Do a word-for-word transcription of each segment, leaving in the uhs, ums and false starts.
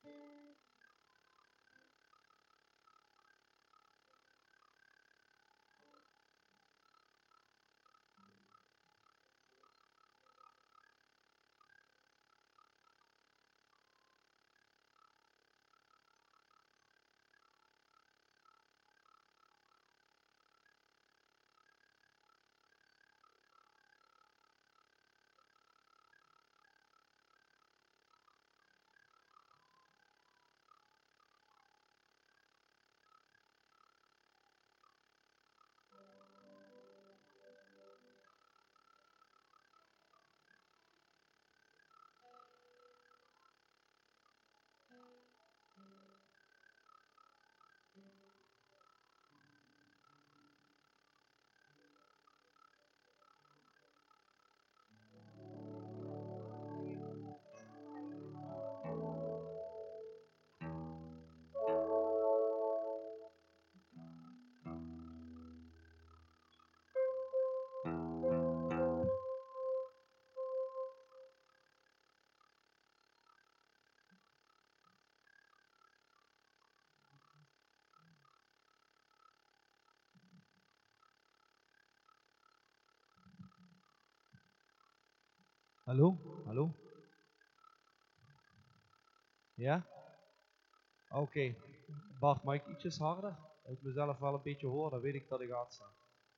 Hallo? Hallo? Ja? Oké. Okay. Bart, mag ik ietsjes harder? Dat ik mezelf wel een beetje hoor, dan weet ik dat ik gaat staan.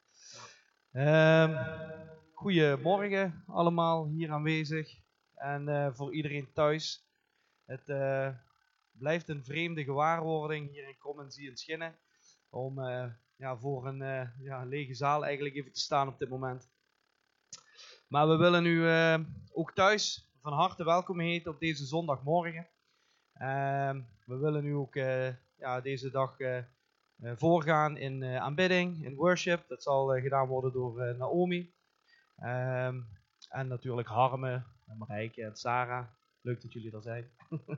Um, goedemorgen allemaal hier aanwezig. En uh, voor iedereen thuis. Het uh, blijft een vreemde gewaarwording hier in Commensie in Schinnen. Om uh, ja, voor een uh, ja, lege zaal eigenlijk even te staan op dit moment. Maar we willen u uh, ook thuis van harte welkom heten op deze zondagmorgen. Uh, we willen u ook uh, ja, deze dag uh, uh, voorgaan in uh, aanbidding, in worship. Dat zal uh, gedaan worden door uh, Naomi. Uh, en natuurlijk Harme, en Marijke en Sarah. Leuk dat jullie er zijn.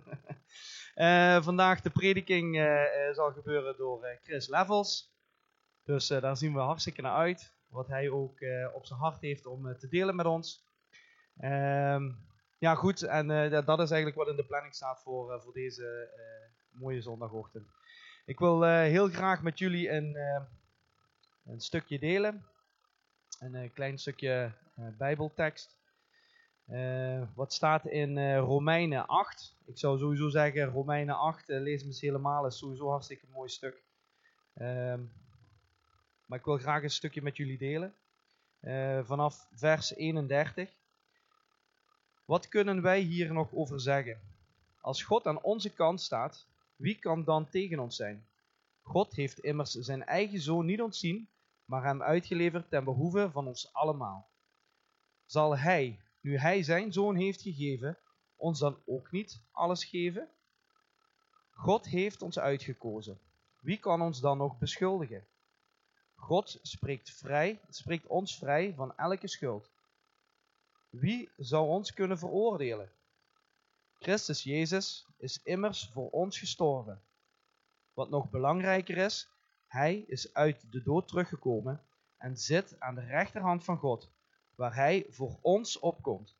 uh, vandaag de prediking uh, uh, zal gebeuren door uh, Chris Levels. Dus uh, daar zien we hartstikke naar uit. Wat hij ook uh, op zijn hart heeft om uh, te delen met ons. Um, ja goed, en uh, dat is eigenlijk wat in de planning staat voor, uh, voor deze uh, mooie zondagochtend. Ik wil uh, heel graag met jullie een, uh, een stukje delen. Een uh, klein stukje uh, bijbeltekst. Uh, wat staat in uh, Romeinen acht. Ik zou sowieso zeggen Romeinen acht, uh, lees hem eens helemaal. Is sowieso een hartstikke mooi stuk. Um, maar ik wil graag een stukje met jullie delen. Uh, vanaf vers eenendertig. Wat kunnen wij hier nog over zeggen? Als God aan onze kant staat, wie kan dan tegen ons zijn? God heeft immers zijn eigen zoon niet ontzien, maar hem uitgeleverd ten behoeve van ons allemaal. Zal hij, nu hij zijn zoon heeft gegeven, ons dan ook niet alles geven? God heeft ons uitgekozen. Wie kan ons dan nog beschuldigen? God spreekt vrij, spreekt ons vrij van elke schuld. Wie zou ons kunnen veroordelen? Christus Jezus is immers voor ons gestorven. Wat nog belangrijker is, hij is uit de dood teruggekomen en zit aan de rechterhand van God, waar hij voor ons opkomt.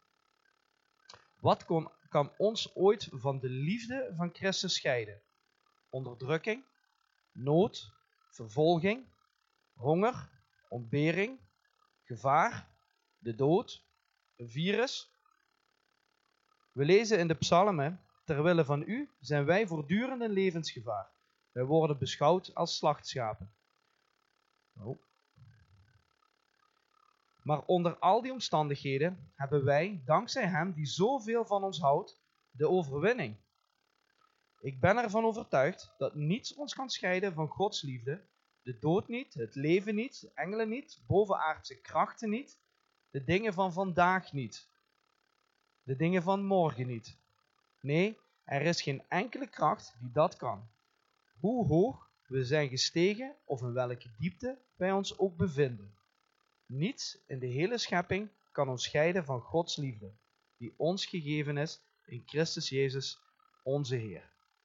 Wat kon, kan ons ooit van de liefde van Christus scheiden? Onderdrukking, nood, vervolging, honger, ontbering, gevaar, de dood, een virus. We lezen in de psalmen, terwille van u zijn wij voortdurend in levensgevaar. Wij worden beschouwd als slachtschapen. Oh. Maar onder al die omstandigheden hebben wij, dankzij hem die zoveel van ons houdt, de overwinning. Ik ben ervan overtuigd dat niets ons kan scheiden van Gods liefde. De dood niet, het leven niet, engelen niet, bovenaardse krachten niet, de dingen van vandaag niet. De dingen van morgen niet. Nee, er is geen enkele kracht die dat kan. Hoe hoog we zijn gestegen of in welke diepte wij ons ook bevinden. Niets in de hele schepping kan ons scheiden van Gods liefde, die ons gegeven is in Christus Jezus, onze Heer.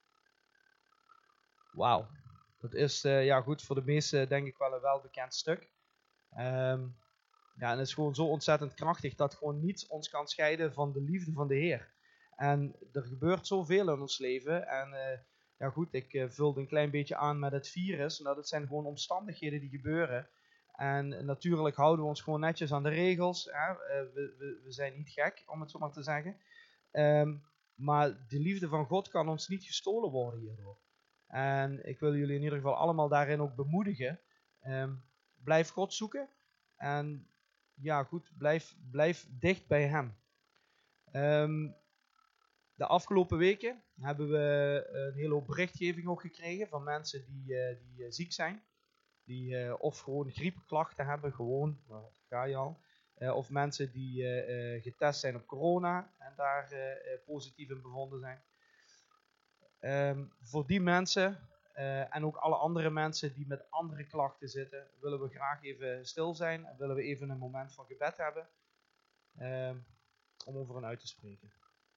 Wauw, dat is uh, ja, goed voor de meesten denk ik wel een welbekend stuk. Um, Ja, en het is gewoon zo ontzettend krachtig dat gewoon niets ons kan scheiden van de liefde van de Heer. En er gebeurt zoveel in ons leven. En uh, ja goed, ik uh, vulde een klein beetje aan met het virus. Nou, dat zijn gewoon omstandigheden die gebeuren. En natuurlijk houden we ons gewoon netjes aan de regels. Hè? Uh, we, we, we zijn niet gek, om het zo maar te zeggen. Um, maar de liefde van God kan ons niet gestolen worden hierdoor. En ik wil jullie in ieder geval allemaal daarin ook bemoedigen. Um, blijf God zoeken. En ja goed, blijf, blijf dicht bij Hem. Um, de afgelopen weken hebben we een hele hoop berichtgeving ook gekregen van mensen die, uh, die uh, ziek zijn. Die uh, of gewoon griepklachten hebben, gewoon, nou, ga je al. Uh, of mensen die uh, uh, getest zijn op corona en daar uh, uh, positief in bevonden zijn. Um, voor die mensen uh, en ook alle andere mensen die met andere klachten zitten, willen we graag even stil zijn en willen we even een moment van gebed hebben um, om over hen uit te spreken.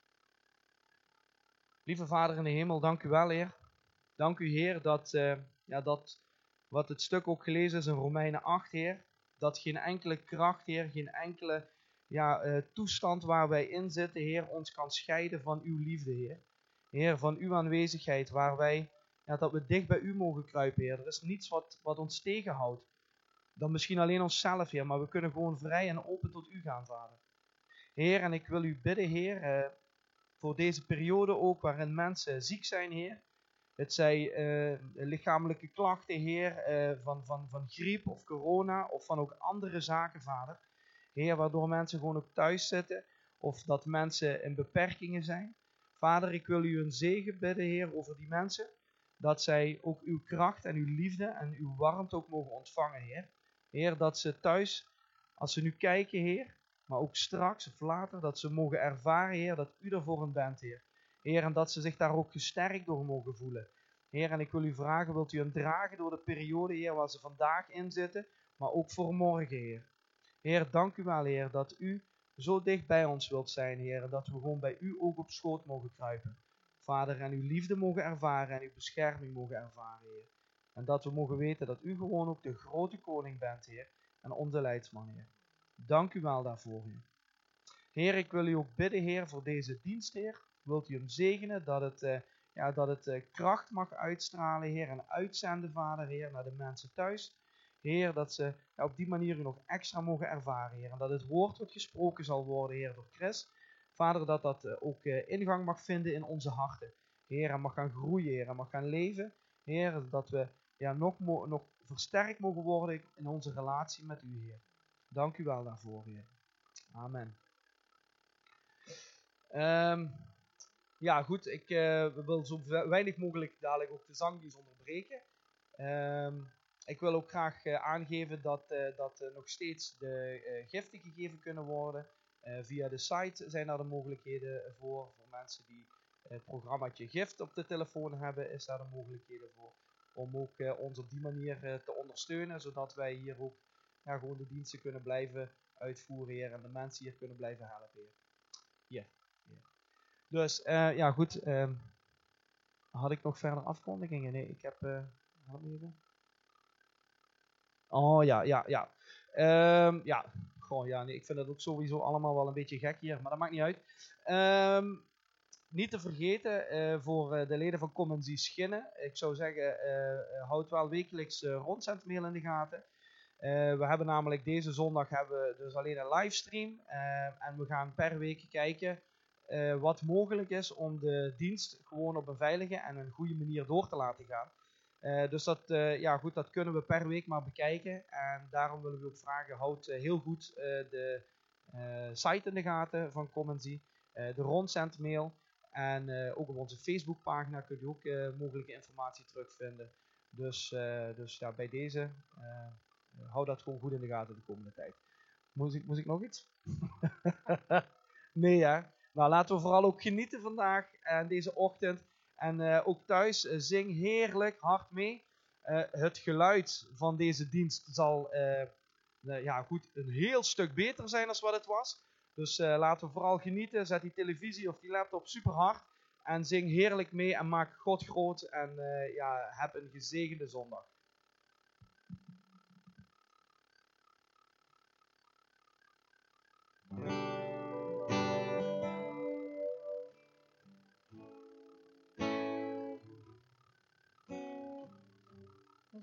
Lieve Vader in de hemel, dank u wel, Heer. Dank u, Heer, dat, uh, ja, dat wat het stuk ook gelezen is in Romeinen acht, Heer, dat geen enkele kracht, Heer, geen enkele ja, uh, toestand waar wij in zitten, Heer, ons kan scheiden van uw liefde, Heer. Heer, van uw aanwezigheid, waar wij, ja, dat we dicht bij u mogen kruipen, Heer. Er is niets wat, wat ons tegenhoudt, dan misschien alleen onszelf, Heer, maar we kunnen gewoon vrij en open tot u gaan, Vader. Heer, en ik wil u bidden, Heer, uh, voor deze periode ook, waarin mensen ziek zijn, Heer. Het zij uh, lichamelijke klachten, Heer, uh, van, van, van griep of corona of van ook andere zaken, Vader. Heer, waardoor mensen gewoon ook thuis zitten of dat mensen in beperkingen zijn. Vader, ik wil u een zegen bidden, Heer, over die mensen. Dat zij ook uw kracht en uw liefde en uw warmte ook mogen ontvangen, Heer. Heer, dat ze thuis, als ze nu kijken, Heer, maar ook straks of later, dat ze mogen ervaren, Heer, dat u er voor hen bent, Heer. Heer, en dat ze zich daar ook gesterkt door mogen voelen. Heer, en ik wil u vragen, wilt u hen dragen door de periode, Heer, waar ze vandaag in zitten, maar ook voor morgen, Heer. Heer, dank u wel, Heer, dat u zo dicht bij ons wilt zijn, Heer, en dat we gewoon bij u ook op schoot mogen kruipen. Vader, en uw liefde mogen ervaren en uw bescherming mogen ervaren, Heer. En dat we mogen weten dat u gewoon ook de grote koning bent, Heer, en onze leidsman, Heer. Dank u wel daarvoor, Heer. Heer, ik wil u ook bidden, Heer, voor deze dienst, Heer. Wilt u hem zegenen, dat het, uh, ja, dat het uh, kracht mag uitstralen, Heer, en uitzenden, Vader, Heer, naar de mensen thuis. Heer, dat ze ja, op die manier u nog extra mogen ervaren, Heer. En dat het woord wat gesproken zal worden, Heer, door Chris. Vader, dat dat uh, ook uh, ingang mag vinden in onze harten. Heer, en mag gaan groeien, Heer, en mag gaan leven. Heer, dat we ja, nog, mo- nog versterkt mogen worden in onze relatie met u, Heer. Dank u wel daarvoor, Heer. Amen. Um, ja, goed, ik uh, wil zo weinig mogelijk dadelijk ook de zangdienst onderbreken. Um, ik wil ook graag uh, aangeven dat, uh, dat uh, nog steeds de uh, giften gegeven kunnen worden. Uh, via de site zijn daar de mogelijkheden voor. Voor mensen die uh, het programmaatje gift op de telefoon hebben, is daar de mogelijkheden voor. Om ook uh, ons op die manier uh, te ondersteunen, zodat wij hier ook ja, gewoon de diensten kunnen blijven uitvoeren, Heer, en de mensen hier kunnen blijven helpen, Heer. Ja. Yeah. Dus, uh, ja goed, uh, had ik nog verder afkondigingen? Nee, ik heb, uh, even. Oh ja, ja, ja. Um, ja, gewoon, ja, nee, ik vind het ook sowieso allemaal wel een beetje gek hier, maar dat maakt niet uit. Um, niet te vergeten, uh, voor uh, de leden van Kom en Zie Schinnen, ik zou zeggen, uh, houd wel wekelijks uh, rondzendmail in de gaten. Uh, we hebben namelijk deze zondag hebben we dus alleen een livestream uh, en we gaan per week kijken uh, wat mogelijk is om de dienst gewoon op een veilige en een goede manier door te laten gaan. Uh, dus dat, uh, ja, goed, dat kunnen we per week maar bekijken en daarom willen we ook vragen, houd uh, heel goed uh, de uh, site in de gaten van Kom en Zie, uh, de rondzendmail en uh, ook op onze Facebookpagina kun je ook uh, mogelijke informatie terugvinden. Dus, uh, dus ja, bij deze... Uh, hou dat gewoon goed in de gaten de komende tijd. Moest ik, moest ik nog iets? Nee, ja. Nou, laten we vooral ook genieten vandaag en deze ochtend. En uh, ook thuis, uh, zing heerlijk hard mee. Uh, het geluid van deze dienst zal uh, uh, ja, goed, een heel stuk beter zijn dan wat het was. Dus uh, laten we vooral genieten. Zet die televisie of die laptop super hard. En zing heerlijk mee en maak God groot. En uh, ja, heb een gezegende zondag.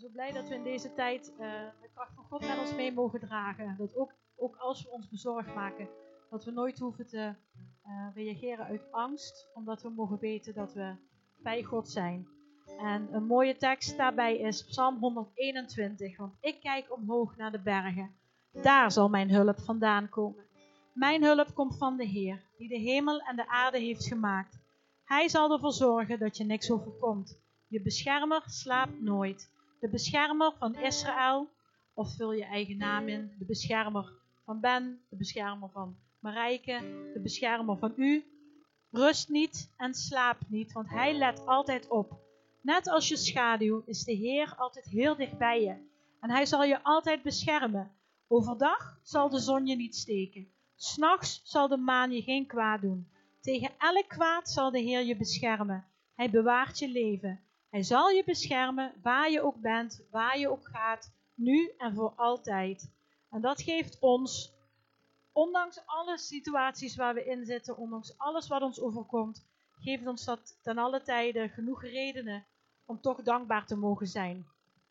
zo blij dat we in deze tijd uh, de kracht van God met ons mee mogen dragen. Dat ook, ook als we ons bezorgd maken, dat we nooit hoeven te uh, reageren uit angst, omdat we mogen weten dat we bij God zijn. En een mooie tekst daarbij is Psalm honderdeenentwintig, want ik kijk omhoog naar de bergen. Daar zal mijn hulp vandaan komen. Mijn hulp komt van de Heer, die de hemel en de aarde heeft gemaakt. Hij zal ervoor zorgen dat je niks overkomt. Je beschermer slaapt nooit. De beschermer van Israël, of vul je eigen naam in, de beschermer van Ben, de beschermer van Marijke, de beschermer van u. Rust niet en slaapt niet, want hij let altijd op. Net als je schaduw is de Heer altijd heel dicht bij je. En hij zal je altijd beschermen. Overdag zal de zon je niet steken. 'S Nachts zal de maan je geen kwaad doen. Tegen elk kwaad zal de Heer je beschermen. Hij bewaart je leven. Hij zal je beschermen waar je ook bent, waar je ook gaat, nu en voor altijd. En dat geeft ons, ondanks alle situaties waar we in zitten, ondanks alles wat ons overkomt, geeft ons dat ten alle tijde genoeg redenen om toch dankbaar te mogen zijn.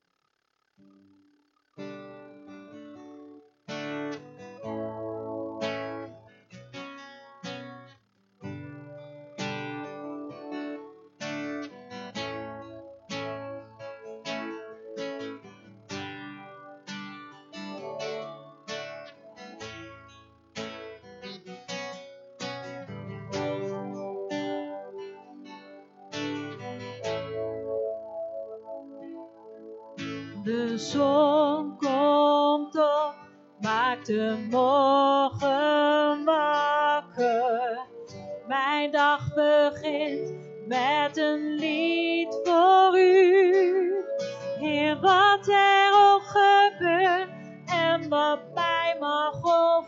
De zon komt op, maakt de morgen wakker. Mijn dag begint met een lied voor u. Heer, wat er ook gebeurt en wat mij mag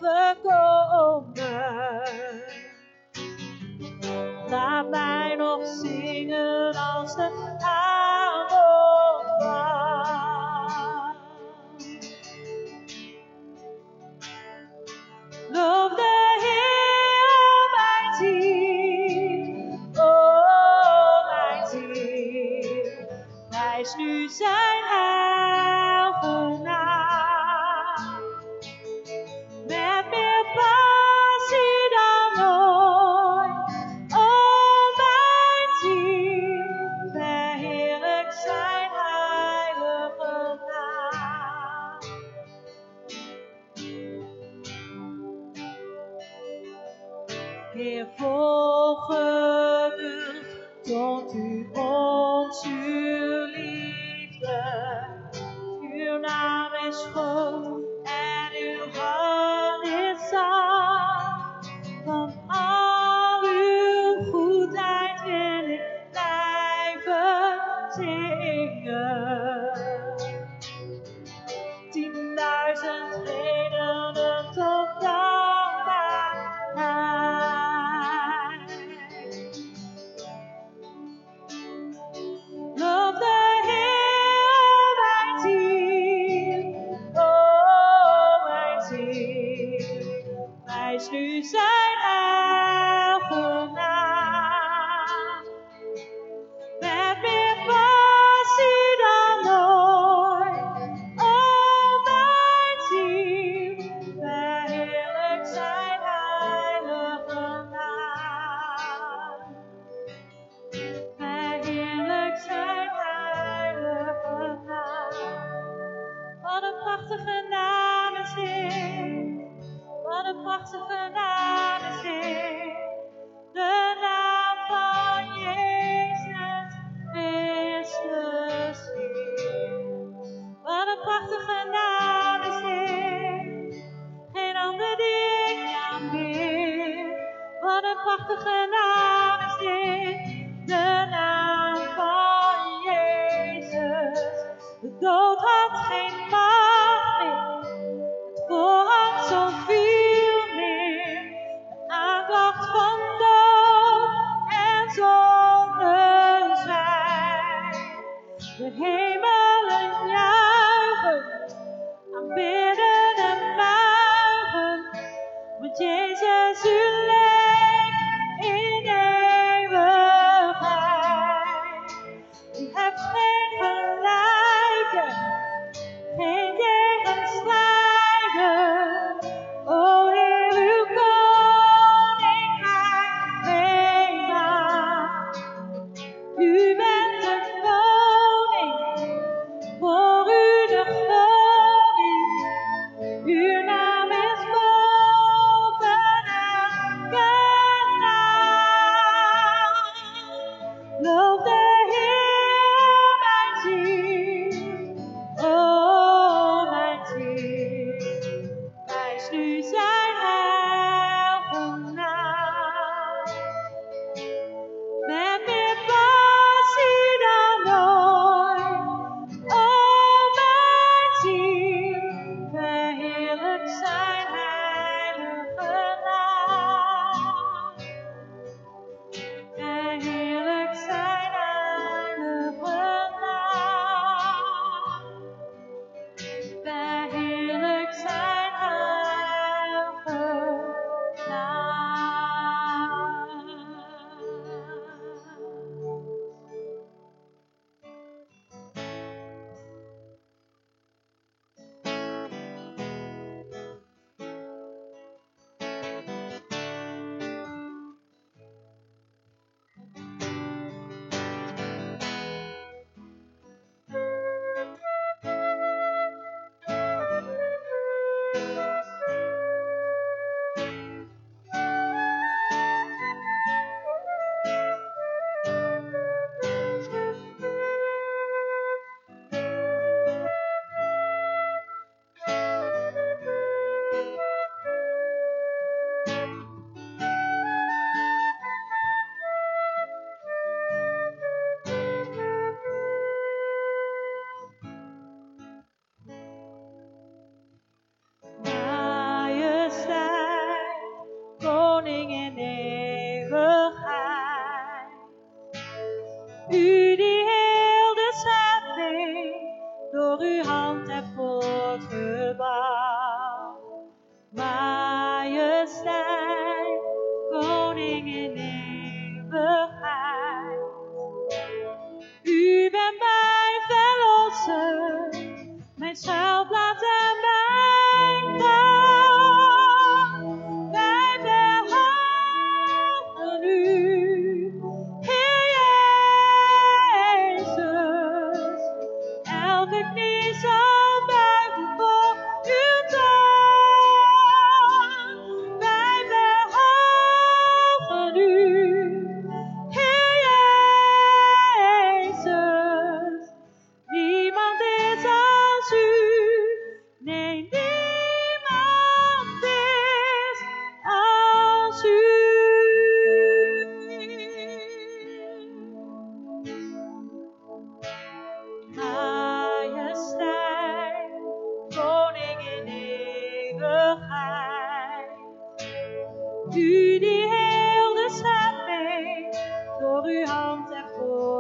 overkomen. Laat mij nog zingen als de avond valt. Loof de Heer, mijn ziel, oh mijn ziel, prijs nu zijn eigen naam. Met meer passie dan ooit, oh mijn ziel, verheerlijk zijn heilige naam. Heer, vol geduld toont u ons uw liefde. Uw naam is groot en uw hand is zacht. Van al uw goedheid wil ik blijven zingen. Tienduizend redenen tot dankbaarheid. Loof de Heer, mijn ziel, oh mijn ziel, prijs nu zijn eigen naam. Met meer passie dan ooit, oh mijn ziel, verheerlijk zijn heilige naam. Verheerlijk zijn heilige naam. Wat een prachtige naam is dit. Wat een prachtige naam is dit. De naam van Jezus Christus Heer. Wat een prachtige naam is dit. Geen ander die ik aanbid. Wat een prachtige naam is dit. De naam van Jezus. De dood had geen macht meer. Het voorhang zoveel meer. De aanklacht van dood en zonneschijn. De hemelen juichen, aanbidden en buigen. Want Jezus, u leeft in eeuwigheid.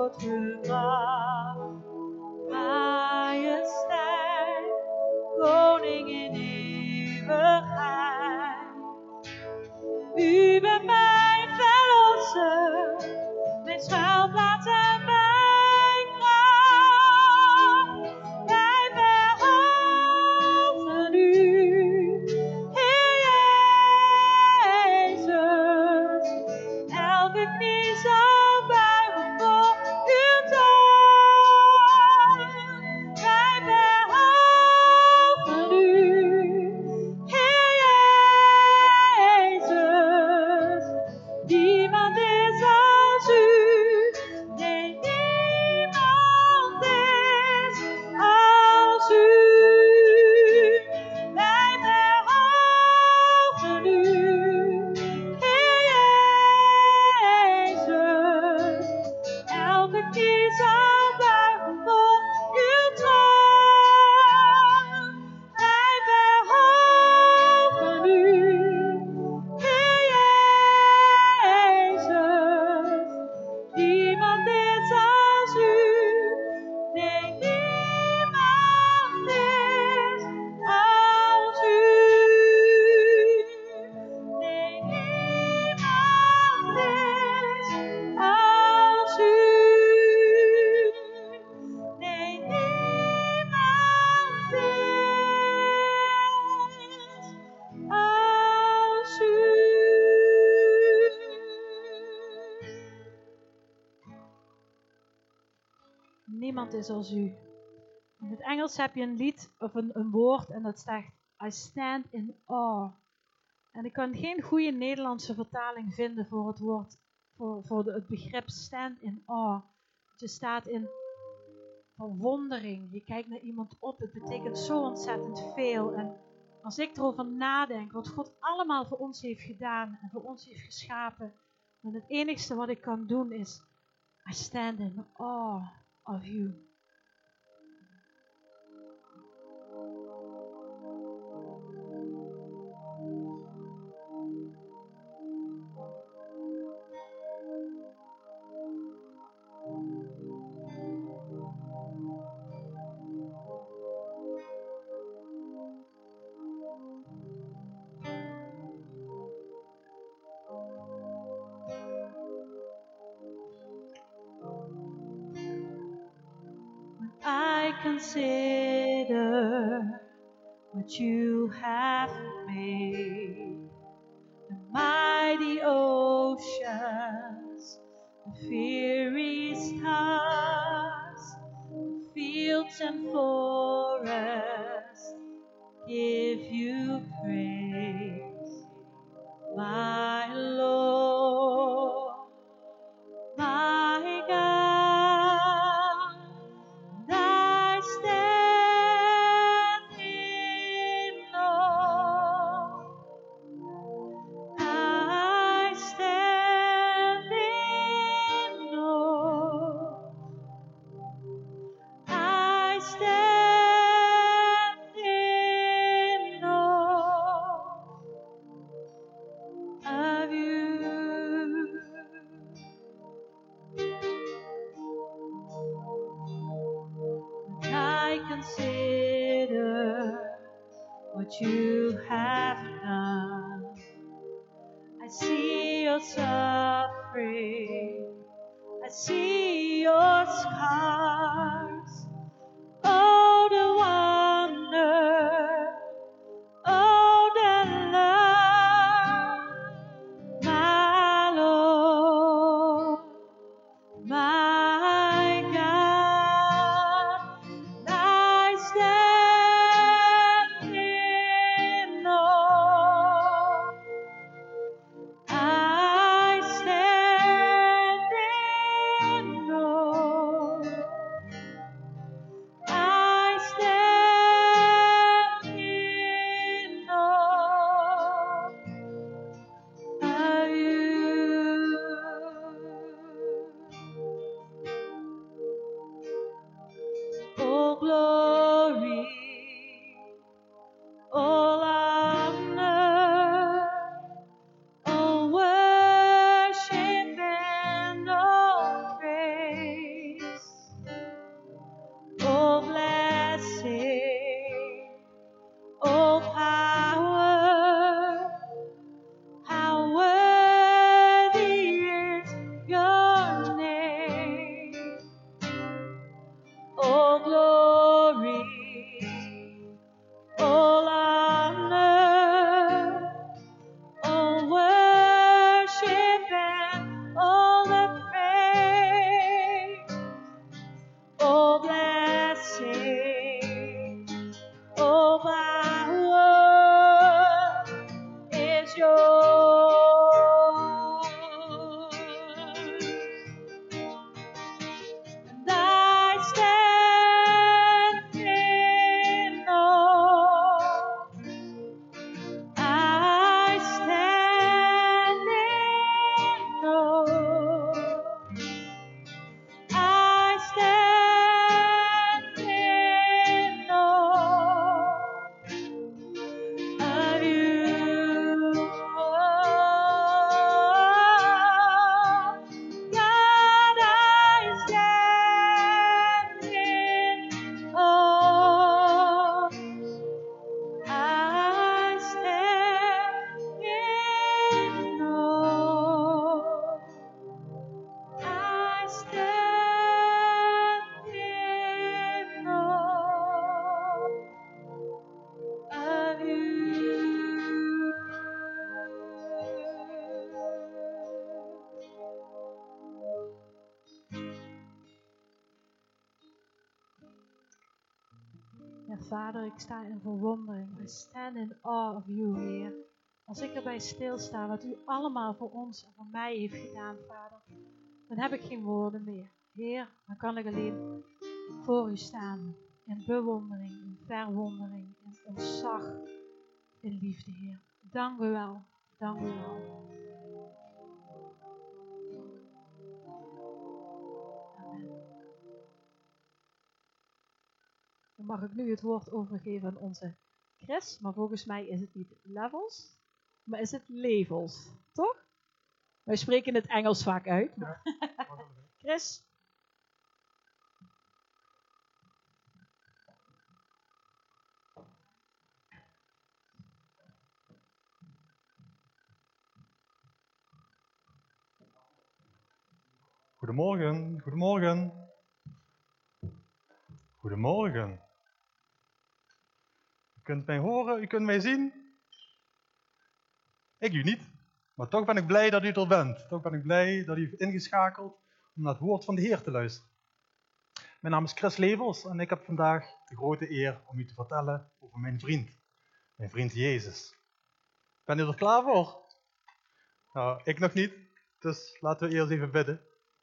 grote macht, majesteit, koning in eeuwigheid. U bent mijn verlosser, mijn schuilplaats en mijn kracht. Wij behouden u, Heer Jezus. Elke knie zal buigen voor uw troon. Wij behouden u, Heer Jezus. Niemand is als u, nee, niemand is als u. Wij behouden u, Heer Jezus. Elke knie zal buigen voor uw troon. Wij behouden u, Heer Jezus. Niemand is als u, nee, niemand is als u. Nee, niemand is als u. Nee, niemand is als u. Niemand is als u. In het Engels heb je een lied of een, een woord en dat zegt I stand in awe. En ik kan geen goede Nederlandse vertaling vinden voor het woord, voor, voor de, het begrip stand in awe. Je staat in verwondering. Je kijkt naar iemand op. Het betekent zo ontzettend veel. En als ik erover nadenk wat God allemaal voor ons heeft gedaan en voor ons heeft geschapen, dan het enigste wat ik kan doen is I stand in awe of you. I consider what you have made, the mighty oceans, the fiery stars, the fields and forests give you praise, my Lord, my God. I stand in awe. I stand in awe. I stand in awe of you. I consider what you have done. I see your suffering. I see your scars. Oh, the wonder. Oh, the love. My Lord. My God. I stand in awe. I stand in awe. I stand in awe of you. Oh, glory. All honor, all worship and all praise En Vader, ik sta in verwondering. I stand in awe of you, Heer. Als ik erbij stilsta wat u allemaal voor ons en voor mij heeft gedaan, Vader, dan heb ik geen woorden meer. Heer, dan kan ik alleen voor u staan. In bewondering, in verwondering, in ontzag, in liefde, Heer. Dank u wel. Dank u wel. Amen. Dan mag ik nu het woord overgeven aan onze Chris, maar volgens mij is het niet levels, maar is het levels, toch? Wij spreken het Engels vaak uit. Ja. Chris? Goedemorgen, goedemorgen. Goedemorgen. U kunt mij horen, u kunt mij zien. Ik u niet, maar toch ben ik blij dat u er bent. Toch ben ik blij dat u heeft ingeschakeld om naar het woord van de Heer te luisteren. Mijn naam is Chris Levels en ik heb vandaag de grote eer om u te vertellen over mijn vriend. Mijn vriend Jezus. Ben u er klaar voor? Nou, ik nog niet, dus laten we eerst even bidden.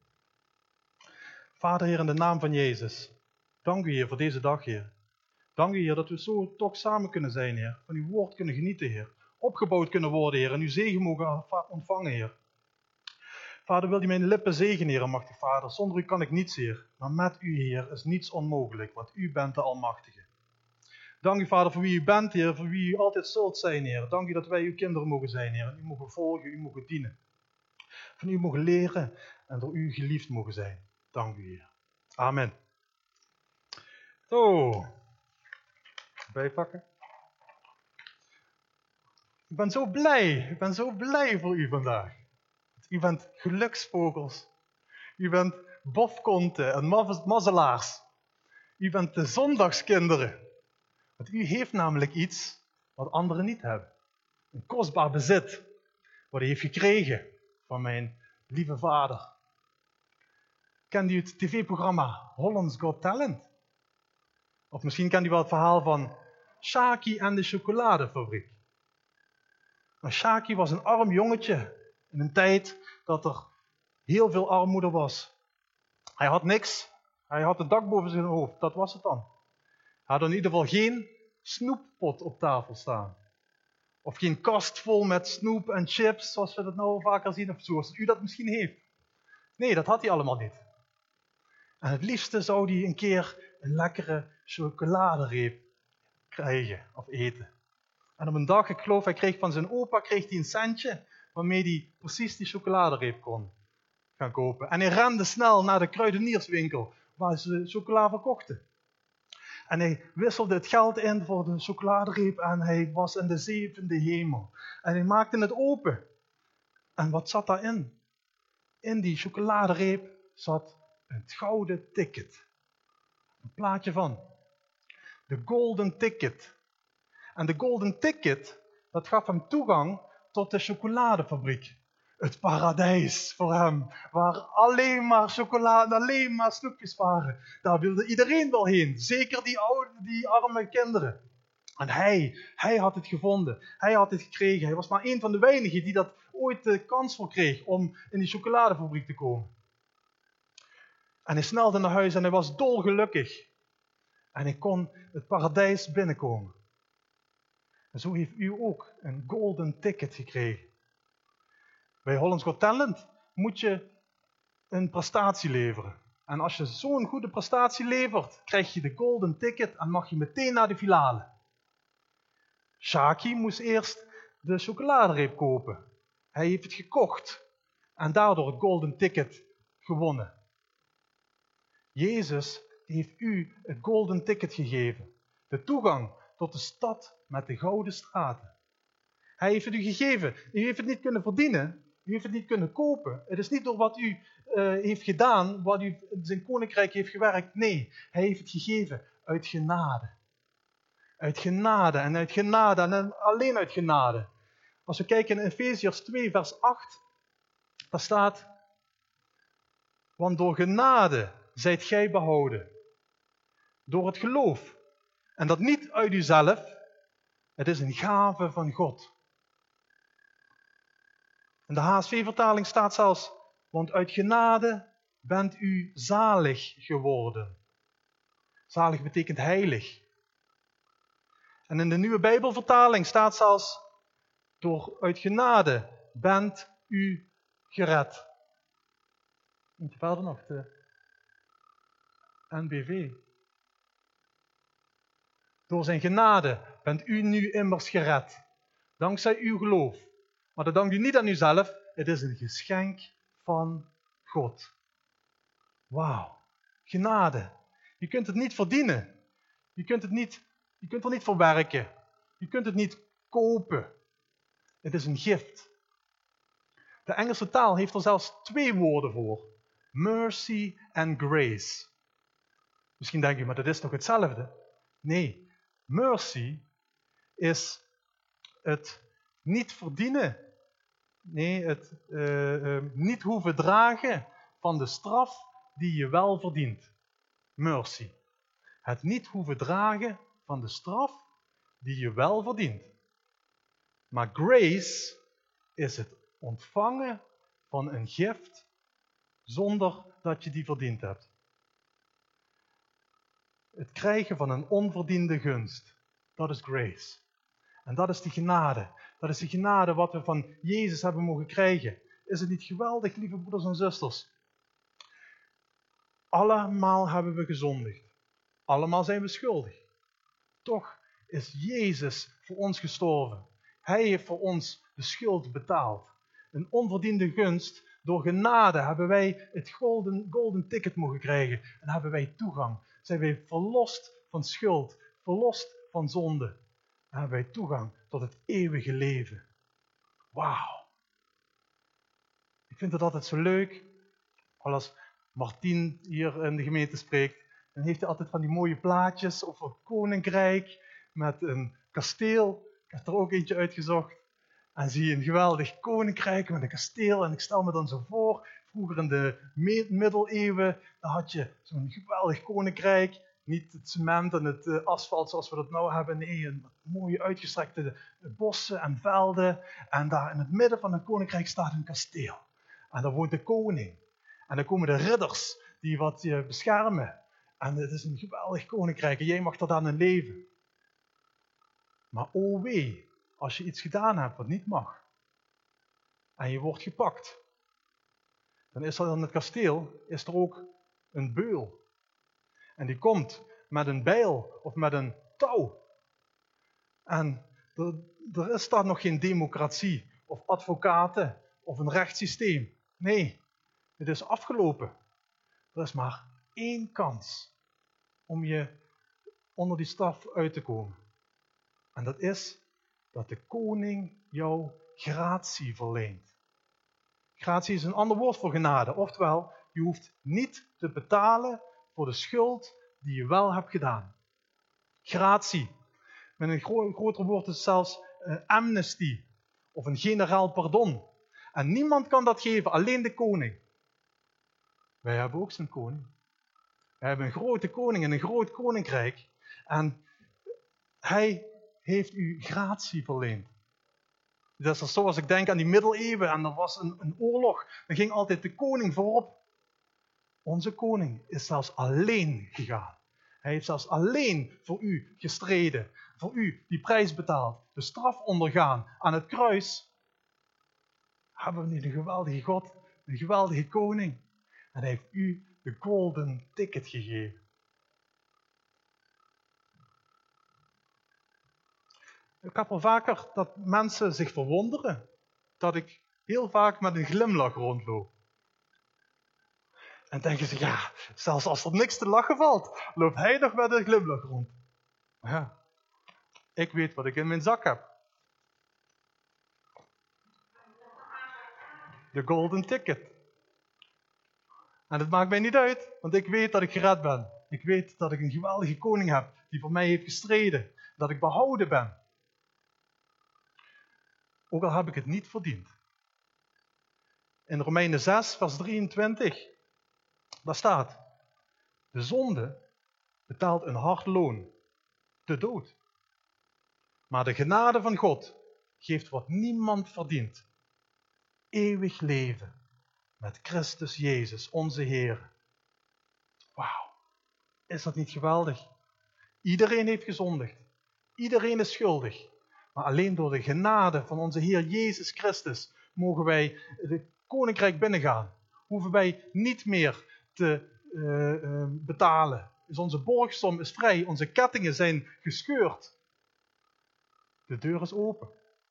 Vader, Heer, in de naam van Jezus, dank u, Heer, voor deze dag, Heer. Dank u, Heer, dat we zo toch samen kunnen zijn, Heer. Van uw woord kunnen genieten, Heer. Opgebouwd kunnen worden, Heer, en uw zegen mogen ontvangen, Heer. Vader, wil u mijn lippen zegenen, Heer, machtig Vader. Zonder u kan ik niets, Heer. Maar met u, Heer, is niets onmogelijk, want u bent de Almachtige. Dank u, Vader, voor wie u bent, Heer, voor wie u altijd zult zijn, Heer. Dank u dat wij uw kinderen mogen zijn, Heer. En u mogen volgen, u mogen dienen. Van u mogen leren en door u geliefd mogen zijn. Dank u, Heer. Amen. Zo. Bijpakken. Ik ben zo blij. Ik ben zo blij voor u vandaag. U bent geluksvogels. U bent bofkonten en mazzelaars. U bent de zondagskinderen. Want u heeft namelijk iets wat anderen niet hebben. Een kostbaar bezit. Wat u heeft gekregen van mijn lieve vader. Kent u het tv-programma Holland's Got Talent? Of misschien kent u wel het verhaal van Shaki en de chocoladefabriek. Maar Shaki was een arm jongetje in een tijd dat er heel veel armoede was. Hij had niks. Hij had een dak boven zijn hoofd. Dat was het dan. Hij had in ieder geval geen snoeppot op tafel staan. Of geen kast vol met snoep en chips, zoals we dat nou vaker zien, of zoals u dat misschien heeft. Nee, dat had hij allemaal niet. En het liefste zou hij een keer een lekkere chocoladereep krijgen of eten. En op een dag, ik geloof, hij kreeg van zijn opa kreeg hij een centje waarmee hij precies die chocoladereep kon gaan kopen. En hij rende snel naar de kruidenierswinkel waar ze chocola verkochten. En hij wisselde het geld in voor de chocoladereep en hij was in de zevende hemel. En hij maakte het open. En wat zat daarin? In die chocoladereep zat een gouden ticket. Een plaatje van. De golden ticket. En de golden ticket, dat gaf hem toegang tot de chocoladefabriek. Het paradijs voor hem, waar alleen maar chocolade, alleen maar snoepjes waren. Daar wilde iedereen wel heen, zeker die oude, die arme kinderen. En hij, hij had het gevonden, hij had het gekregen. Hij was maar een van de weinigen die dat ooit de kans voor kreeg om in die chocoladefabriek te komen. En hij snelde naar huis en hij was dolgelukkig. En hij kon het paradijs binnenkomen. En zo heeft u ook een golden ticket gekregen. Bij Holland's Got Talent moet je een prestatie leveren. En als je zo'n goede prestatie levert, krijg je de golden ticket en mag je meteen naar de finale. Shaki moest eerst de chocoladereep kopen. Hij heeft het gekocht en daardoor het golden ticket gewonnen. Jezus heeft u het golden ticket gegeven. De toegang tot de stad met de gouden straten. Hij heeft het u gegeven. U heeft het niet kunnen verdienen. U heeft het niet kunnen kopen. Het is niet door wat u uh, heeft gedaan, wat u in zijn koninkrijk heeft gewerkt. Nee, hij heeft het gegeven uit genade. Uit genade en uit genade en alleen uit genade. Als we kijken in Efeziërs twee vers acht, daar staat: want door genade zijt gij behouden. Door het geloof. En dat niet uit uzelf, het is een gave van God. In de H S V-vertaling staat zelfs, want uit genade bent u zalig geworden. Zalig betekent heilig. En in de Nieuwe Bijbelvertaling staat zelfs, door uit genade bent u gered. Eentje verder nog, de N B V. Door zijn genade bent u nu immers gered. Dankzij uw geloof. Maar dat dankt u niet aan uzelf. Het is een geschenk van God. Wauw. Genade. Je kunt het niet verdienen. Je kunt, het niet, je kunt er niet voor werken. Je kunt het niet kopen. Het is een gift. De Engelse taal heeft er zelfs twee woorden voor. Mercy and grace. Misschien denk je, maar dat is toch hetzelfde? Nee. Mercy is het niet verdienen. Nee, het uh, uh, niet hoeven dragen van de straf die je wel verdient. Mercy. Het niet hoeven dragen van de straf die je wel verdient. Maar grace is het ontvangen van een gift zonder dat je die verdiend hebt. Het krijgen van een onverdiende gunst. Dat is grace. En dat is die genade. Dat is die genade wat we van Jezus hebben mogen krijgen. Is het niet geweldig, lieve broeders en zusters? Allemaal hebben we gezondigd. Allemaal zijn we schuldig. Toch is Jezus voor ons gestorven. Hij heeft voor ons de schuld betaald. Een onverdiende gunst. Door genade hebben wij het golden, golden ticket mogen krijgen. En hebben wij toegang. Zijn wij verlost van schuld. Verlost van zonde. En hebben wij toegang tot het eeuwige leven. Wauw. Ik vind het altijd zo leuk. Als Martien hier in de gemeente spreekt. Dan heeft hij altijd van die mooie plaatjes over het koninkrijk. Met een kasteel. Ik heb er ook eentje uitgezocht. En zie je een geweldig koninkrijk met een kasteel. En ik stel me dan zo voor. Vroeger in de middeleeuwen. Dan had je zo'n geweldig koninkrijk. Niet het cement en het uh, asfalt zoals we dat nou hebben. Nee, een mooie uitgestrekte bossen en velden. En daar in het midden van het koninkrijk staat een kasteel. En daar woont de koning. En dan komen de ridders die wat je uh, beschermen. En het is een geweldig koninkrijk. En jij mag er dan in leven. Maar o wee, als je iets gedaan hebt wat niet mag. En je wordt gepakt. Dan is er in het kasteel is er ook een beul. En die komt met een bijl of met een touw. En er, er is daar nog geen democratie of advocaten of een rechtssysteem. Nee, het is afgelopen. Er is maar één kans om je onder die straf uit te komen. En dat is dat de koning jou gratie verleent. Gratie is een ander woord voor genade. Oftewel, je hoeft niet te betalen voor de schuld die je wel hebt gedaan. Gratie. Met een gro- groter woord is zelfs uh, amnesty. Of een generaal pardon. En niemand kan dat geven, alleen de koning. Wij hebben ook zo'n koning. Wij hebben een grote koning en een groot koninkrijk. En hij heeft u gratie verleend. Dat is zoals ik denk aan die middeleeuwen en er was een, een oorlog. Dan ging altijd de koning voorop. Onze koning is zelfs alleen gegaan. Hij heeft zelfs alleen voor u gestreden. Voor u die prijs betaald. De straf ondergaan aan het kruis. Hebben we niet een geweldige God, een geweldige koning. En hij heeft u de golden ticket gegeven. Ik heb al vaker dat mensen zich verwonderen dat ik heel vaak met een glimlach rondloop. En denken ze, ja, zelfs als er niks te lachen valt, loopt hij nog met een glimlach rond. Ja, ik weet wat ik in mijn zak heb. De golden ticket. En het maakt mij niet uit, want ik weet dat ik gered ben. Ik weet dat ik een geweldige koning heb, die voor mij heeft gestreden. Dat ik behouden ben. Ook al heb ik het niet verdiend. In Romeinen zes, vers drieëntwintig, daar staat: de zonde betaalt een hard loon. de dood. Maar de genade van God geeft wat niemand verdient. Eeuwig leven met Christus Jezus, onze Heer. Wauw, is dat niet geweldig? Iedereen heeft gezondigd. Iedereen is schuldig. Maar alleen door de genade van onze Heer Jezus Christus mogen wij het koninkrijk binnengaan. Hoeven wij niet meer te uh, uh, betalen. Dus onze borgsom is vrij. Onze kettingen zijn gescheurd. De deur is open.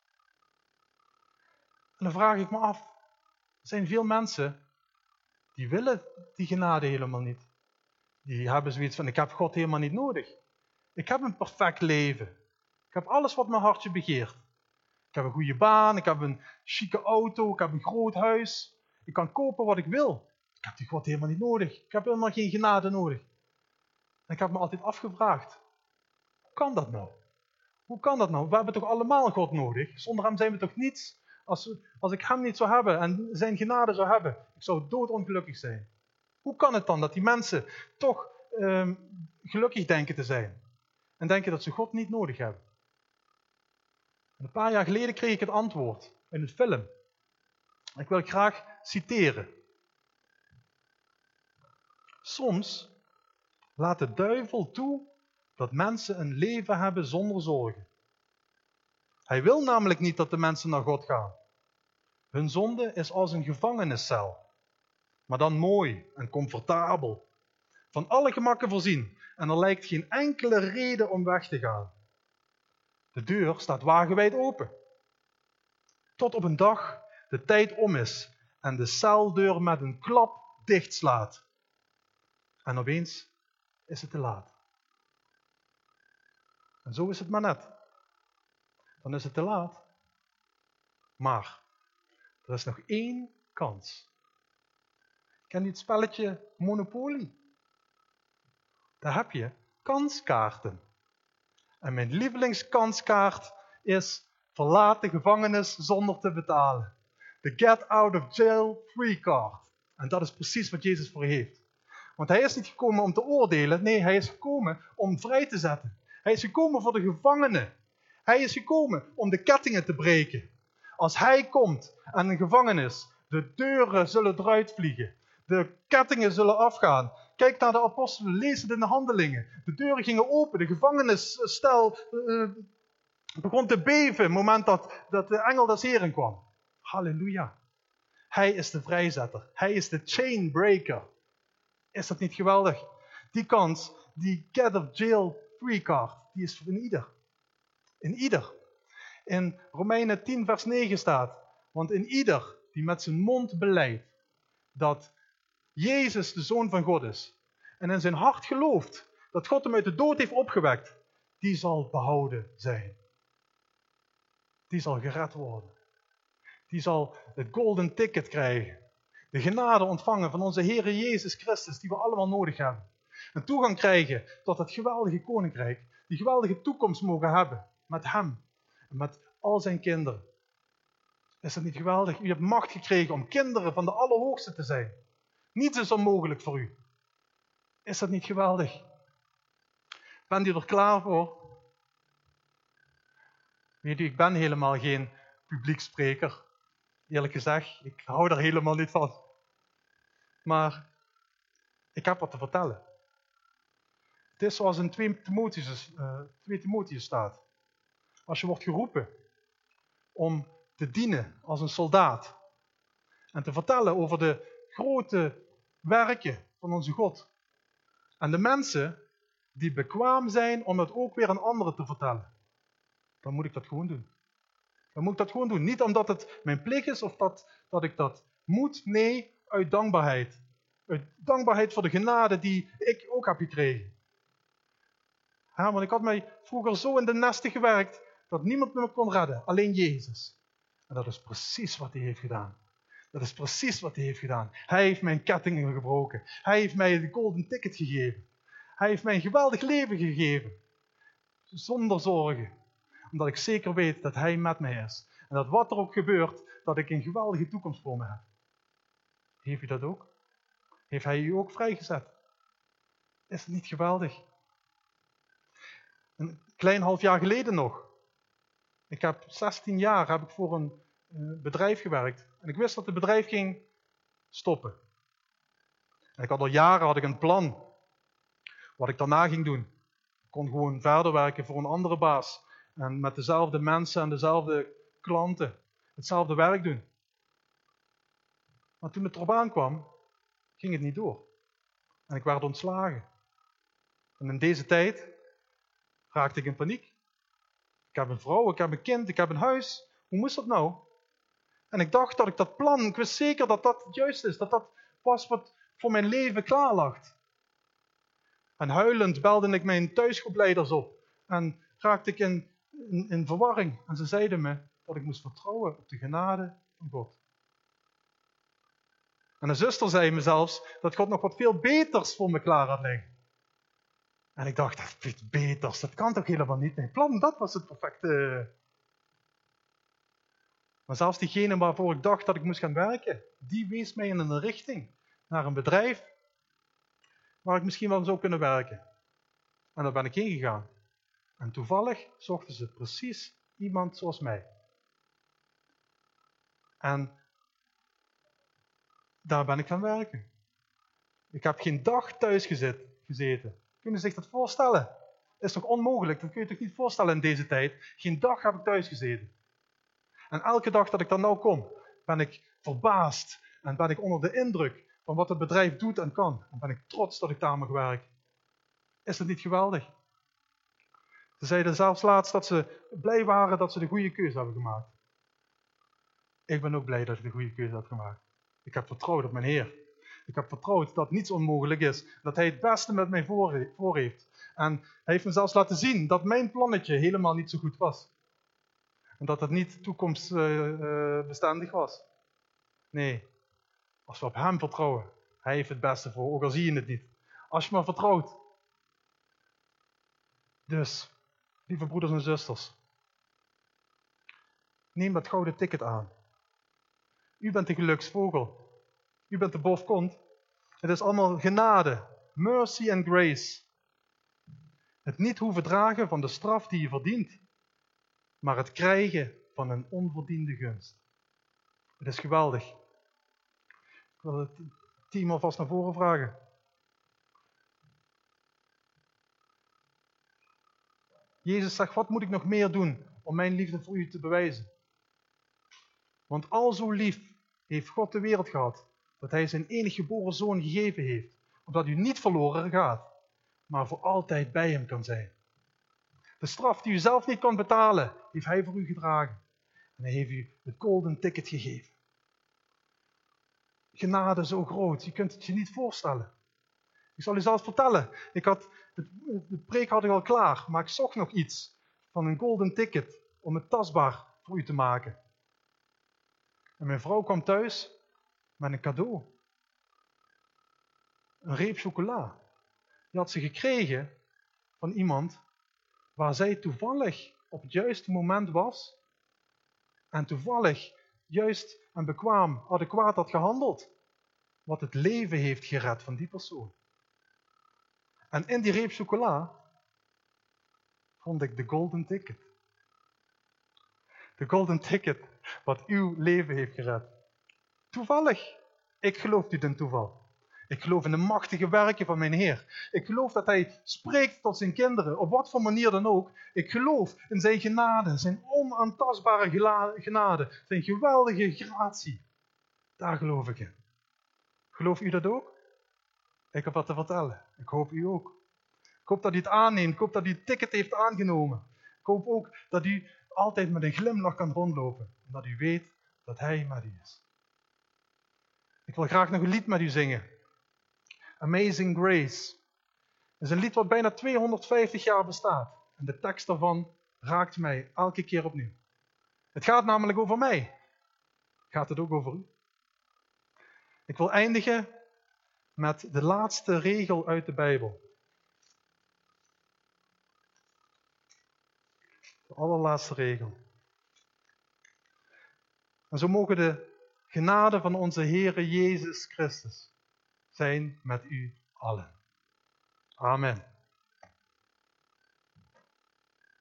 En dan vraag ik me af. Er zijn veel mensen die willen die genade helemaal niet. Die hebben zoiets van, ik heb God helemaal niet nodig. Ik heb een perfect leven. Ik heb alles wat mijn hartje begeert. Ik heb een goede baan, ik heb een chique auto, ik heb een groot huis. Ik kan kopen wat ik wil. Ik heb die God helemaal niet nodig. Ik heb helemaal geen genade nodig. En ik heb me altijd afgevraagd, hoe kan dat nou? Hoe kan dat nou? We hebben toch allemaal God nodig? Zonder hem zijn we toch niets? Als, we, als ik hem niet zou hebben en zijn genade zou hebben, ik zou doodongelukkig zijn. Hoe kan het dan dat die mensen toch um, gelukkig denken te zijn? En denken dat ze God niet nodig hebben? En een paar jaar geleden kreeg ik het antwoord in een film. Ik wil het graag citeren. Soms laat de duivel toe dat mensen een leven hebben zonder zorgen. Hij wil namelijk niet dat de mensen naar God gaan. Hun zonde is als een gevangeniscel. Maar dan mooi en comfortabel. Van alle gemakken voorzien. En er lijkt geen enkele reden om weg te gaan. De deur staat wagenwijd open. Tot op een dag de tijd om is en de celdeur met een klap dichtslaat. En opeens is het te laat. En zo is het maar net. Dan is het te laat. Maar er is nog één kans. Ken je het spelletje Monopoly? Daar heb je kanskaarten. En mijn lievelingskanskaart is verlaat de gevangenis zonder te betalen. De get out of jail free card. En dat is precies wat Jezus voor je heeft. Want hij is niet gekomen om te oordelen. Nee, hij is gekomen om vrij te zetten. Hij is gekomen voor de gevangenen. Hij is gekomen om de kettingen te breken. Als hij komt aan een gevangenis, de deuren zullen eruit vliegen. De kettingen zullen afgaan. Kijk naar de apostelen, lees het in de handelingen. De deuren gingen open, de gevangennisstel uh, begon te beven op het moment dat, dat de engel des Heren kwam. Halleluja. Hij is de vrijzetter. Hij is de chainbreaker. Is dat niet geweldig? Die kans, die get of jail free card, die is voor in ieder. In ieder. In Romeinen tien vers negen staat, want in ieder die met zijn mond belijdt dat Jezus de Zoon van God is en in zijn hart gelooft dat God hem uit de dood heeft opgewekt, die zal behouden zijn. Die zal gered worden. Die zal het golden ticket krijgen. De genade ontvangen van onze Heere Jezus Christus, die we allemaal nodig hebben. En toegang krijgen tot het geweldige koninkrijk, die geweldige toekomst mogen hebben met hem en met al zijn kinderen. Is dat niet geweldig? U hebt macht gekregen om kinderen van de Allerhoogste te zijn. Niets is onmogelijk voor u. Is dat niet geweldig? Bent u er klaar voor? Weet u, ik ben helemaal geen publiekspreker. Eerlijk gezegd, ik hou daar helemaal niet van. Maar ik heb wat te vertellen. Het is zoals in twee Timotheus, uh, twee Timotheus staat. Als je wordt geroepen om te dienen als een soldaat en te vertellen over de grote werken van onze God. En de mensen die bekwaam zijn om het ook weer aan anderen te vertellen. Dan moet ik dat gewoon doen. Dan moet ik dat gewoon doen. Niet omdat het mijn plicht is of dat, dat ik dat moet. Nee, uit dankbaarheid. Uit dankbaarheid voor de genade die ik ook heb gekregen. Ja, want ik had mij vroeger zo in de nesten gewerkt dat niemand me kon redden. Alleen Jezus. En dat is precies wat hij heeft gedaan. Dat is precies wat hij heeft gedaan. Hij heeft mijn kettingen gebroken. Hij heeft mij de golden ticket gegeven. Hij heeft mij een geweldig leven gegeven. Zonder zorgen. Omdat ik zeker weet dat hij met mij is. En dat wat er ook gebeurt, dat ik een geweldige toekomst voor me heb. Heeft u dat ook? Heeft hij u ook vrijgezet? Is het niet geweldig? En klein half jaar geleden nog. Ik heb zestien jaar heb ik voor een uh, bedrijf gewerkt. En ik wist dat het bedrijf ging stoppen. En ik had al jaren had ik een plan. Wat ik daarna ging doen. Ik kon gewoon verder werken voor een andere baas. En met dezelfde mensen en dezelfde klanten. Hetzelfde werk doen. Maar toen het erop aankwam, ging het niet door. En ik werd ontslagen. En in deze tijd raakte ik in paniek. Ik heb een vrouw, ik heb een kind, ik heb een huis. Hoe moest dat nou? En ik dacht dat ik dat plan, ik wist zeker dat dat het juist is. Dat dat was wat voor mijn leven klaar lag. En huilend belde ik mijn thuisgroepleiders op. En raakte ik in, in, in verwarring. En ze zeiden me dat ik moest vertrouwen op de genade van God. En een zuster zei me zelfs dat God nog wat veel beters voor me klaar had liggen. En ik dacht, dat is beters, dat kan toch helemaal niet? Mijn plan, dat was het perfecte. Maar zelfs diegene waarvoor ik dacht dat ik moest gaan werken, die wees mij in een richting naar een bedrijf waar ik misschien wel zou kunnen werken. En daar ben ik heen gegaan. En toevallig zochten ze precies iemand zoals mij. En daar ben ik gaan werken. Ik heb geen dag thuis gezet, gezeten. Kunnen ze zich dat voorstellen? Dat is toch onmogelijk? Dat kun je toch niet voorstellen in deze tijd? Geen dag heb ik thuis gezeten. En elke dag dat ik daar nou kom, ben ik verbaasd en ben ik onder de indruk van wat het bedrijf doet en kan. En ben ik trots dat ik daar mag werken. Is dat niet geweldig? Ze zeiden zelfs laatst dat ze blij waren dat ze de goede keuze hebben gemaakt. Ik ben ook blij dat ik de goede keuze heb gemaakt. Ik heb vertrouwd op mijn Heer. Ik heb vertrouwd dat niets onmogelijk is. Dat Hij het beste met mij voor heeft. En Hij heeft me zelfs laten zien dat mijn plannetje helemaal niet zo goed was. En dat het niet toekomstbestendig was. Nee, als we op Hem vertrouwen, Hij heeft het beste voor, ook al zie je het niet. Als je maar vertrouwt. Dus, lieve broeders en zusters, neem dat gouden ticket aan. U bent de geluksvogel. U bent de bofkont. Het is allemaal genade, mercy and grace. Het niet hoeven dragen van de straf die je verdient, maar het krijgen van een onverdiende gunst. Het is geweldig. Ik wil het team alvast naar voren vragen. Jezus zegt, wat moet ik nog meer doen om mijn liefde voor u te bewijzen? Want al zo lief heeft God de wereld gehad, dat hij zijn enige geboren zoon gegeven heeft, opdat u niet verloren gaat, maar voor altijd bij hem kan zijn. De straf die u zelf niet kon betalen, heeft hij voor u gedragen. En hij heeft u het golden ticket gegeven. Genade zo groot, je kunt het je niet voorstellen. Ik zal u zelfs vertellen, ik had, het, de preek had ik al klaar, maar ik zocht nog iets van een golden ticket om het tastbaar voor u te maken. En mijn vrouw kwam thuis met een cadeau. Een reep chocola. Die had ze gekregen van iemand waar zij toevallig op het juiste moment was en toevallig juist en bekwaam adequaat had gehandeld, wat het leven heeft gered van die persoon. En in die reep chocola vond ik de golden ticket. De golden ticket wat uw leven heeft gered. Toevallig. Ik geloof niet in toeval. Ik geloof in de machtige werken van mijn Heer. Ik geloof dat Hij spreekt tot zijn kinderen, op wat voor manier dan ook. Ik geloof in zijn genade, zijn onaantastbare genade, zijn geweldige gratie. Daar geloof ik in. Gelooft u dat ook? Ik heb wat te vertellen. Ik hoop u ook. Ik hoop dat u het aanneemt. Ik hoop dat u het ticket heeft aangenomen. Ik hoop ook dat u altijd met een glimlach kan rondlopen. En dat u weet dat Hij met u is. Ik wil graag nog een lied met u zingen. Amazing Grace. Het is een lied wat bijna tweehonderdvijftig jaar bestaat. En de tekst daarvan raakt mij elke keer opnieuw. Het gaat namelijk over mij. Gaat het ook over u? Ik wil eindigen met de laatste regel uit de Bijbel. De allerlaatste regel. En zo mogen de genade van onze Heere Jezus Christus zijn met u allen. Amen.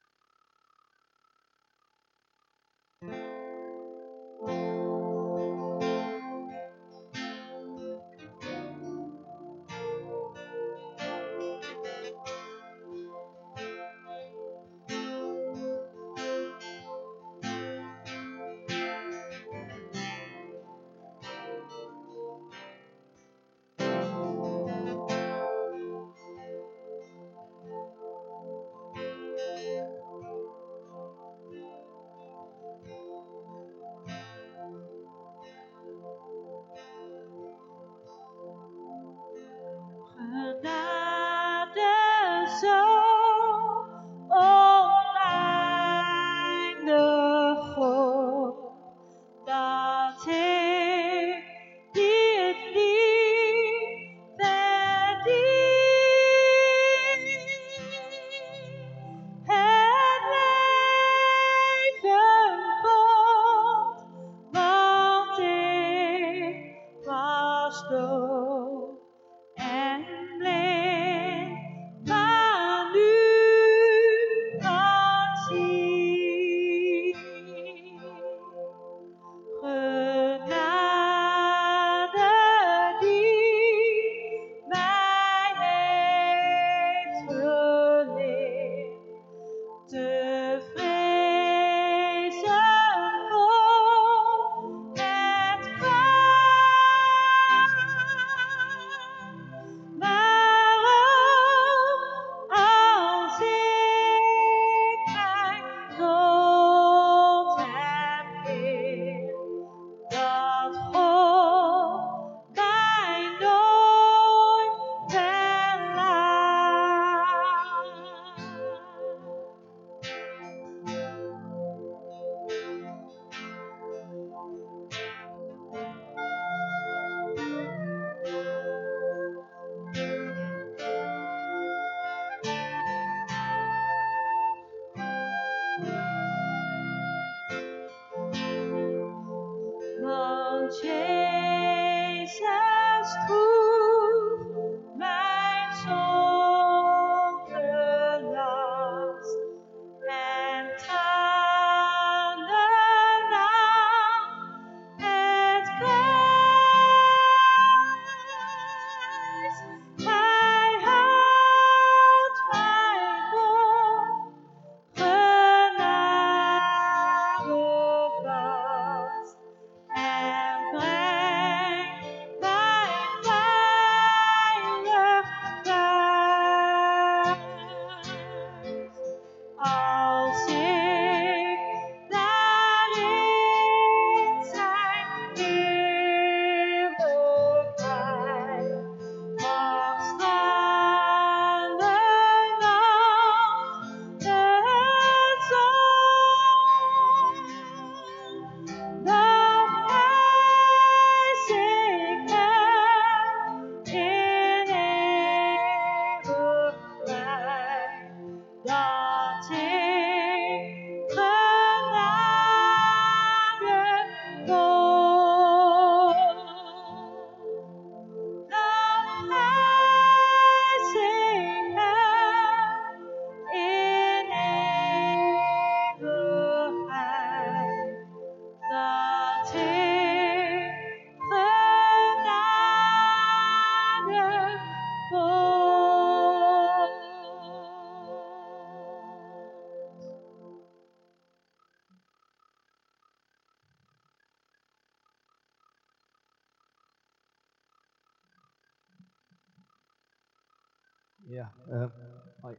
Ja, eh, hoi.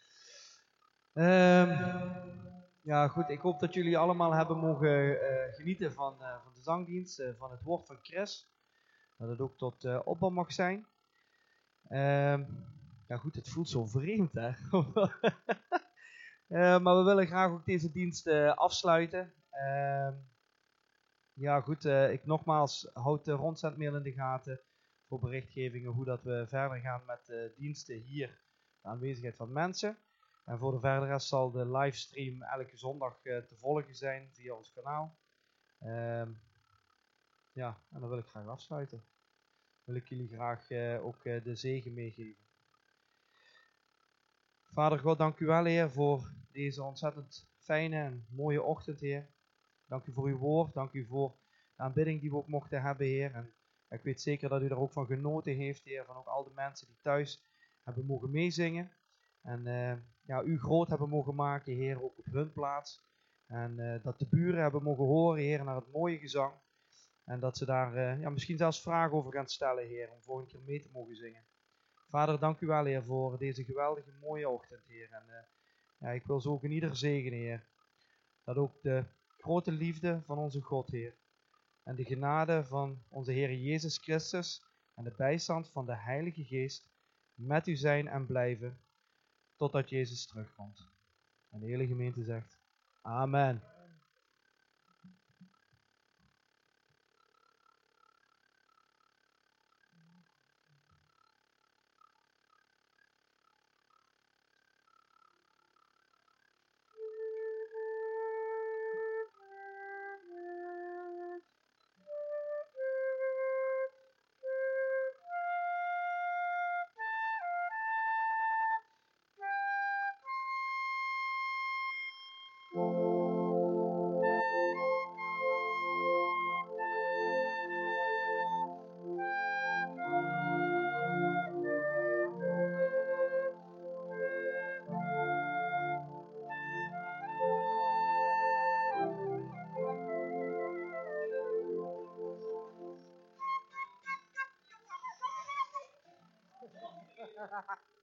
Ehm, ja, goed. Ik hoop dat jullie allemaal hebben mogen eh, genieten van, eh, van de zangdienst, eh, van het woord van Chris. Dat het ook tot eh opbouw mag zijn. Ehm, ja, goed. Het voelt zo vreemd, hè. Eh, maar we willen graag ook deze dienst eh, afsluiten. Ehm, ja, goed. eh, ik nogmaals houd de rondzendmail in de gaten voor berichtgevingen hoe dat we verder gaan met eh, diensten hier, de aanwezigheid van mensen. En voor de verdere rest zal de livestream elke zondag eh, te volgen zijn via ons kanaal. Ehm, ja, en dan wil ik graag afsluiten. Wil ik jullie graag eh, ook eh, de zegen meegeven. Vader God, dank u wel, Heer, voor deze ontzettend fijne en mooie ochtend, Heer. Dank u voor uw woord, dank u voor de aanbidding die we ook mochten hebben, Heer. En ik weet zeker dat u er ook van genoten heeft, Heer, van ook al de mensen die thuis hebben mogen meezingen. En uh, ja, u groot hebben mogen maken, Heer, ook op hun plaats. En uh, dat de buren hebben mogen horen, Heer, naar het mooie gezang. En dat ze daar uh, ja, misschien zelfs vragen over gaan stellen, Heer, om volgende keer mee te mogen zingen. Vader, dank u wel, Heer, voor deze geweldige mooie ochtend, Heer. En uh, ja, ik wil zo ook in ieder zegenen, Heer, dat ook de grote liefde van onze God, Heer, en de genade van onze Heer Jezus Christus en de bijstand van de Heilige Geest met u zijn en blijven, totdat Jezus terugkomt. En de hele gemeente zegt, Amen. Ha ha ha.